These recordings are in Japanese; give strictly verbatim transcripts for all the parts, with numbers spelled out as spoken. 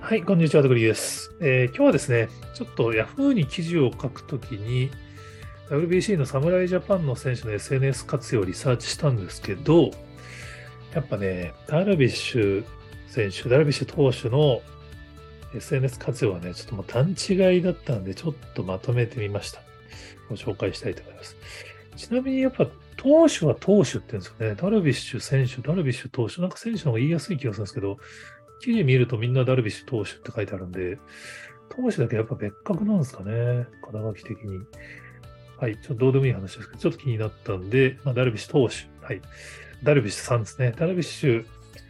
はい、こんにちは、とくりです、えー今日はですね、ちょっと Yahoo に記事を書くときに、ダブリュービーシー の侍ジャパンの選手の エスエヌエス 活用をリサーチしたんですけど、やっぱね、ダルビッシュ選手、ダルビッシュ投手の エスエヌエス 活用はね、ちょっともう段違いだったんで、ちょっとまとめてみました。ご紹介したいと思います。ちなみにやっぱ投手は投手って言うんですよね。ダルビッシュ選手、ダルビッシュ投手、なんか選手の方が言いやすい気がするんですけど、記事見るとみんなダルビッシュ投手って書いてあるんで、投手だけやっぱ別格なんですかね。肩書き的に。はい。ちょっとどうでもいい話ですけど、ちょっと気になったんで、まあ、ダルビッシュ投手。はい。ダルビッシュさんですね。ダルビッシュ、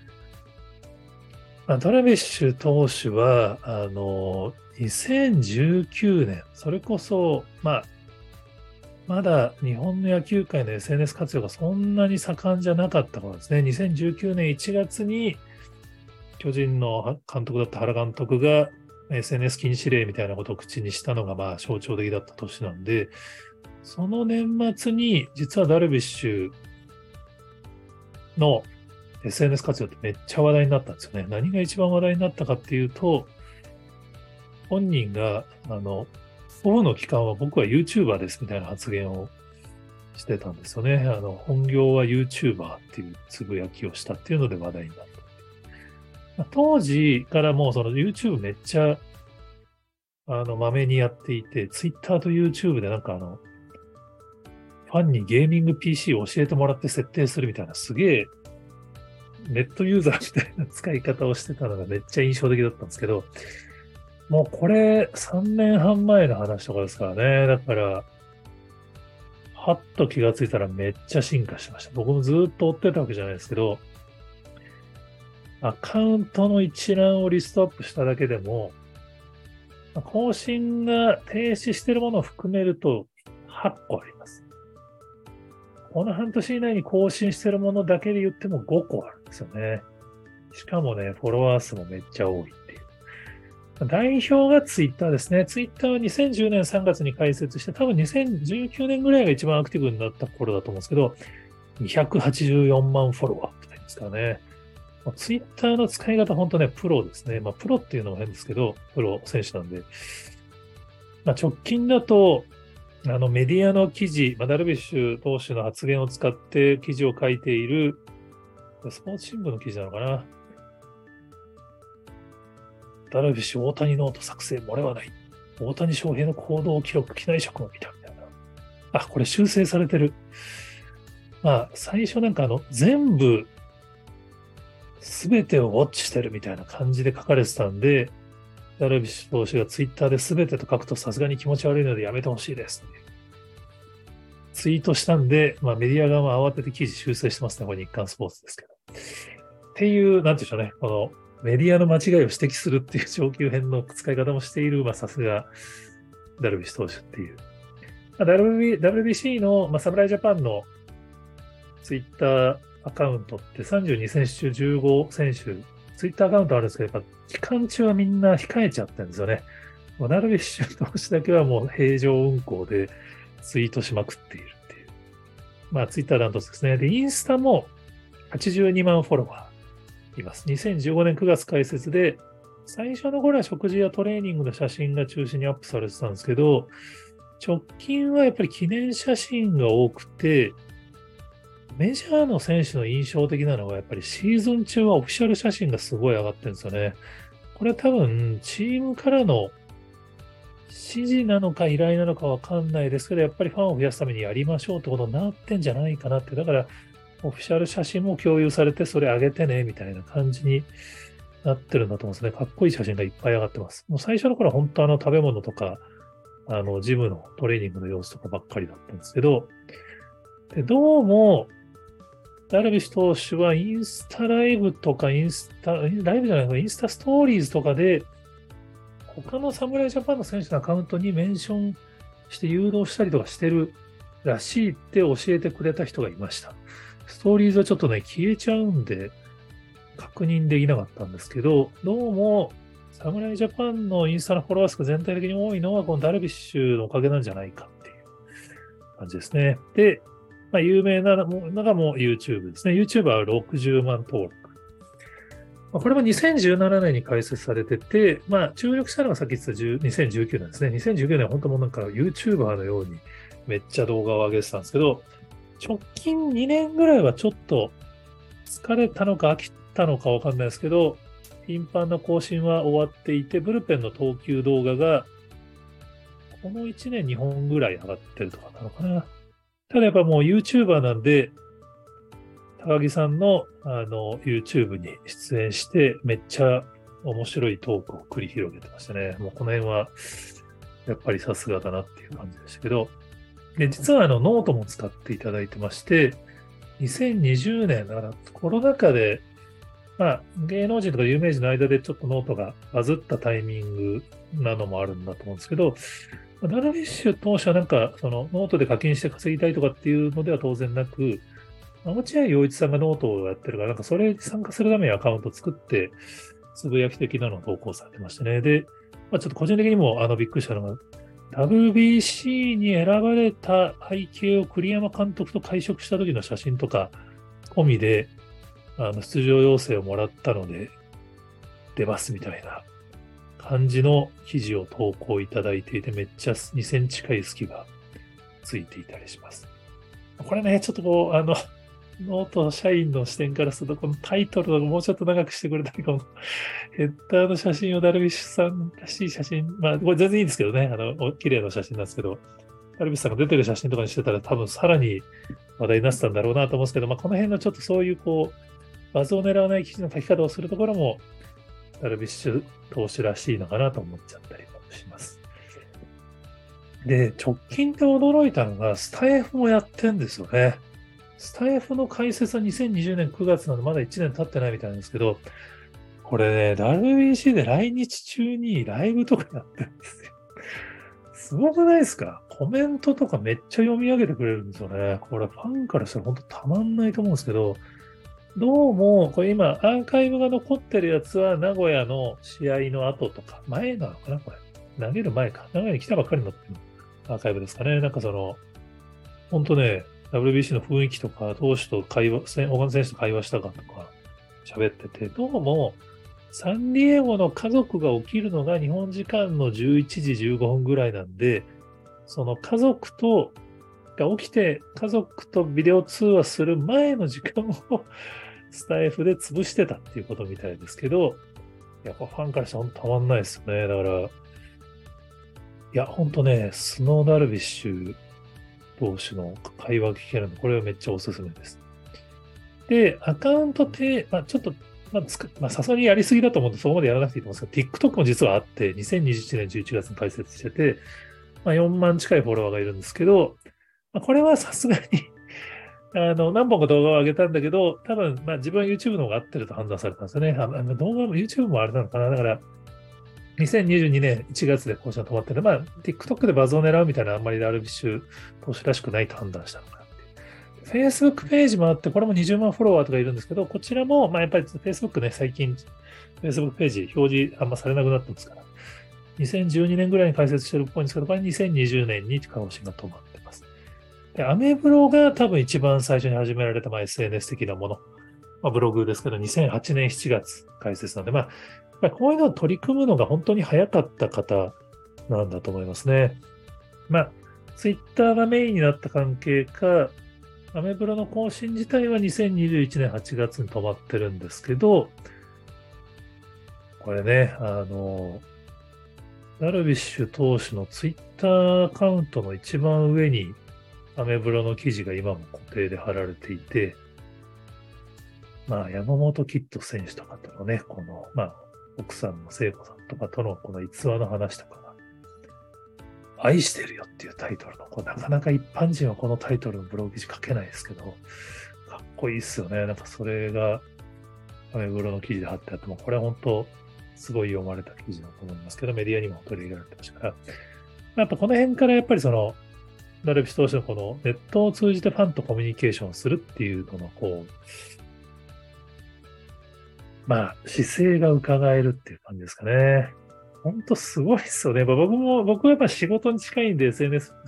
まあ、ダルビッシュ投手は、あの、にせんじゅうきゅうねん、それこそ、まあ、まだ日本の野球界の エスエヌエス 活用がそんなに盛んじゃなかった頃ですね。にせんじゅうきゅうねんいちがつに巨人の監督だった原監督が エスエヌエス 禁止令みたいなことを口にしたのがまあ象徴的だった年なんで、その年末に実はダルビッシュの エスエヌエス 活用ってめっちゃ話題になったんですよね。何が一番話題になったかっていうと、本人が、あの、オフの期間は僕は YouTuber ですみたいな発言をしてたんですよね。あの、本業は YouTuber っていうつぶやきをしたっていうので話題になった。当時からもうその YouTube めっちゃ、あの、まめにやっていて、Twitter と YouTube でなんかあの、ファンにゲーミング ピーシー を教えてもらって設定するみたいな、すげえネットユーザーみたいな使い方をしてたのがめっちゃ印象的だったんですけど、もうこれさんねんはん前の話とかですからね。だから、はっと気がついたらめっちゃ進化してました。僕もずっと追ってたわけじゃないですけど、アカウントの一覧をリストアップしただけでも、更新が停止しているものを含めるとはっこあります。この半年以内に更新しているものだけで言ってもごこあるんですよね。しかもね、フォロワー数もめっちゃ多いっていう。代表がツイッターですね。ツイッターはにせんじゅうねんさんがつに開設して、多分にせんじゅうきゅうねんぐらいが一番アクティブになった頃だと思うんですけど、にひゃくはちじゅうよんまんフォロワーって言いますからね。ツイッターの使い方、本当ね、プロですね。まあ、プロっていうのも変ですけど、プロ選手なんで。まあ、直近だと、あのメディアの記事、まあ、ダルビッシュ投手の発言を使って記事を書いている、スポーツ新聞の記事なのかな。ダルビッシュ大谷ノート作成漏れはない。大谷翔平の行動記録、機内食を見たみたいな。あ、これ修正されてる。まあ、最初なんかあの、全部、すべてをウォッチしてるみたいな感じで書かれてたんで、ダルビッシュ投手がツイッターで全てと書くとさすがに気持ち悪いのでやめてほしいです。ツイートしたんで、まあ、メディア側も慌てて記事修正してますね。これ日刊スポーツですけど。っていう、なんていうんでしょうね。このメディアの間違いを指摘するっていう上級編の使い方もしている、まあ、さすがダルビッシュ投手っていう。まあ、ダルビ ダブリュービーシー の、まあ、侍ジャパンのツイッターアカウントってさんじゅうに選手中じゅうご選手、ツイッターアカウントあるんですけど、やっぱ期間中はみんな控えちゃってるんですよね。ダルビッシュ投手だけはもう平常運行でツイートしまくっているっていう。まあ、ツイッターダントツですね。で、インスタもはちじゅうにまんフォロワーいます。にせんじゅうごねんくがつ開設で、最初の頃は食事やトレーニングの写真が中心にアップされてたんですけど、直近はやっぱり記念写真が多くて、メジャーの選手の印象的なのは、やっぱりシーズン中はオフィシャル写真がすごい上がってるんですよね。これは多分、チームからの指示なのか依頼なのかわかんないですけど、やっぱりファンを増やすためにやりましょうってことになってんじゃないかなって。だから、オフィシャル写真も共有されて、それ上げてね、みたいな感じになってるんだと思うんですね。かっこいい写真がいっぱい上がってます。もう最初の頃は本当あの食べ物とか、あの、ジムのトレーニングの様子とかばっかりだったんですけど、で、どうも、ダルビッシュ投手はインスタライブとかインスタ、ライブじゃないか、インスタストーリーズとかで、他の侍ジャパンの選手のアカウントにメンションして誘導したりとかしてるらしいって教えてくれた人がいました。ストーリーズはちょっとね、消えちゃうんで確認できなかったんですけど、どうも侍ジャパンのインスタのフォロワー数が全体的に多いのはこのダルビッシュのおかげなんじゃないかっていう感じですね。で、まあ、有名なのがもう YouTube ですね。YouTube はろくじゅうまん登録。 これもにせんじゅうななねんに開設されてて、まあ、注力したのがさっき言ってたにせんじゅうきゅうねんですね。にせんじゅうきゅうねんは本当もうなんか YouTuber のようにめっちゃ動画を上げてたんですけど、直近にねんぐらいはちょっと疲れたのか飽きたのかわかんないですけど、頻繁な更新は終わっていて、ブルペンの投球動画がこのいちねんにほんぐらい上がってるとかなのかな。ただやっぱもう YouTuber なんで、高木さんのあの YouTube に出演して、めっちゃ面白いトークを繰り広げてましたね。もうこの辺はやっぱりさすがだなっていう感じでしたけど、で実はあのノートも使っていただいてまして、にせんにじゅうねん、だからコロナ禍で、まあ、芸能人とか有名人の間でちょっとノートがバズったタイミングなのもあるんだと思うんですけど、ダルビッシュ投手はなんか、そのノートで課金して稼ぎたいとかっていうのでは当然なく、落合陽一さんがノートをやってるから、なんかそれに参加するためにアカウントを作って、つぶやき的なのを投稿されてましたね。で、まあ、ちょっと個人的にもあのびっくりしたのが、ダブリュービーシー に選ばれた背景を栗山監督と会食した時の写真とか込みで、あの出場要請をもらったので出ますみたいな感じの記事を投稿いただいていて、めっちゃにセンチ近い隙がついていたりします。これね、ちょっとこう、あの、ノート社員の視点からすると、このタイトルをもうちょっと長くしてくれたり、このヘッダーの写真をダルビッシュさんらしい写真、まあ、これ全然いいんですけどね、あの、綺麗な写真なんですけど、ダルビッシュさんが出てる写真とかにしてたら多分さらに話題になってたんだろうなと思うんですけど、まあ、この辺のちょっとそういうこう、バズを狙わない記事の書き方をするところも、ダルビッシュ投手らしいのかなと思っちゃったりもします。で、直近で驚いたのが、スタイフもやってんですよね。スタイフの開設はにせんにじゅうねんくがつなので、まだいちねん経ってないみたいなんですけど、これね、ダルビーシー で来日中にライブとかやってるんですよ。すごくないですか？コメントとかめっちゃ読み上げてくれるんですよね。これファンからしたら本当たまんないと思うんですけど、どうも、これ今、アーカイブが残ってるやつは、名古屋の試合の後とか、前なのかなこれ。投げる前か。名古屋に来たばっかりのアーカイブですかね。なんかその、本当ね、ダブリュービーシー の雰囲気とか、投手と会話、大金選手と会話したかとか、喋ってて、どうも、サンディエゴの家族が起きるのが日本時間のじゅういちじじゅうごふんぐらいなんで、その家族と、が起きて、家族とビデオ通話する前の時間をスタイフで潰してたっていうことみたいですけど、やっぱファンからしたら本当たまんないですよね。だから、いや、本当ね、スノーダルビッシュ投手の会話が聞けるの、これはめっちゃおすすめです。で、アカウントって、まあ、ちょっと、まあ、つく、まあ、さすがにやりすぎだと思うんで、そこまでやらなくていいと思うんですけど、TikTok も実はあって、にせんにじゅういちねんじゅういちがつに開設してて、まあ、よんまん近いフォロワーがいるんですけど、まあ、これはさすがにあの、何本か動画を上げたんだけど、多分、まあ自分は YouTube の方が合ってると判断されたんですよね。ああの動画も YouTube もあれなのかな。だから、にせんにじゅうにねんいちがつで更新が止まってて、まあ TikTok でバズを狙うみたいなあんまりダルビッシュ投手らしくないと判断したのかなっていう。Facebook ページもあって、これもにじゅうまんフォロワーとかいるんですけど、こちらも、まあやっぱり Facebook ね、最近 Facebook ページ表示あんまされなくなってますから、にせんじゅうにねんぐらいに開設してるっぽいんですけど、これにせんにじゅうねんに更新が止まってます。で、アメブロが多分一番最初に始められた、まあ、エスエヌエス 的なもの。まあ、ブログですけど、にせんはちねんしちがつ開設なので、まあ、やっぱりこういうのを取り組むのが本当に早かった方なんだと思いますね。まあ、ツイッターがメインになった関係か、アメブロの更新自体はにせんにじゅういちねんはちがつに止まってるんですけど、これね、あの、ダルビッシュ投手のツイッターアカウントの一番上に、アメブロの記事が今も固定で貼られていて、まあ、山本キッド選手とかとのね、この、まあ、奥さんの聖子さんとかとのこの逸話の話とかが、愛してるよっていうタイトルの、こうなかなか一般人はこのタイトルのブログ記事書けないですけど、かっこいいっすよね。なんかそれが、アメブロの記事で貼ってあっても、これは本当、すごい読まれた記事だと思いますけど、メディアにも取り入れられてましたから、やっぱこの辺からやっぱりその、ダルビッシュ投手のこのネットを通じてファンとコミュニケーションするっていうののこう、まあ姿勢が伺えるっていう感じですかね。本当すごいですよね。僕も、僕はやっぱ仕事に近いんで エスエヌエス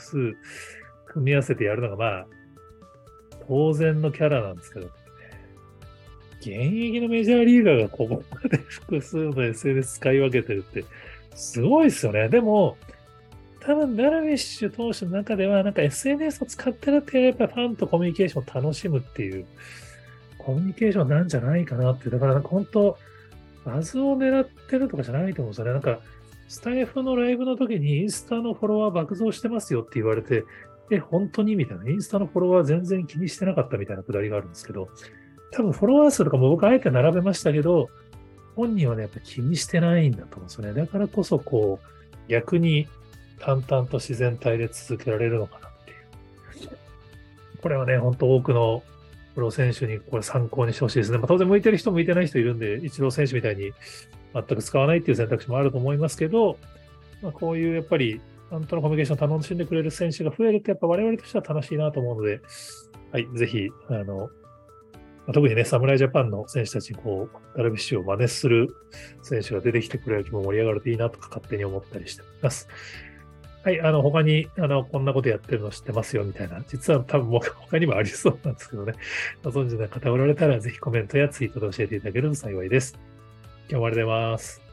組み合わせてやるのがまあ当然のキャラなんですけど、ね、 現役のメジャーリーガーがここまで複数の エスエヌエス 使い分けてるって、すごいですよね。でも、多分ダルビッシュ投手の中では、なんか エスエヌエス を使ってるってやっぱりファンとコミュニケーションを楽しむっていう、コミュニケーションなんじゃないかなって。だからなんか本当、バズを狙ってるとかじゃないと思うんですよね。なんか、スタイフのライブの時にインスタのフォロワー爆増してますよって言われて、え、本当にみたいな。インスタのフォロワー全然気にしてなかったみたいなくだりがあるんですけど、多分フォロワー数とかも僕あえて並べましたけど、本人はね、やっぱ気にしてないんだと思うんですよね。だからこそ、こう、逆に淡々と自然体で続けられるのかなっていう。これはね、本当多くのプロ選手にこれ参考にしてほしいですね。まあ、当然向いてる人向いてない人いるんで、イチロー選手みたいに全く使わないっていう選択肢もあると思いますけど、まあ、こういうやっぱり、ファンとのコミュニケーションを楽しんでくれる選手が増えると、やっぱ我々としては楽しいなと思うので、はい、ぜひ、あの、特にね、侍ジャパンの選手たちにこう、ダルビッシュを真似する選手が出てきてくれる気も盛り上がるといいなとか勝手に思ったりしています。はい、あの、他に、あの、こんなことやってるの知ってますよみたいな、実は多分もう他にもありそうなんですけどね、ご存知の方おられたらぜひコメントやツイートで教えていただけると幸いです。今日もありがとうございます。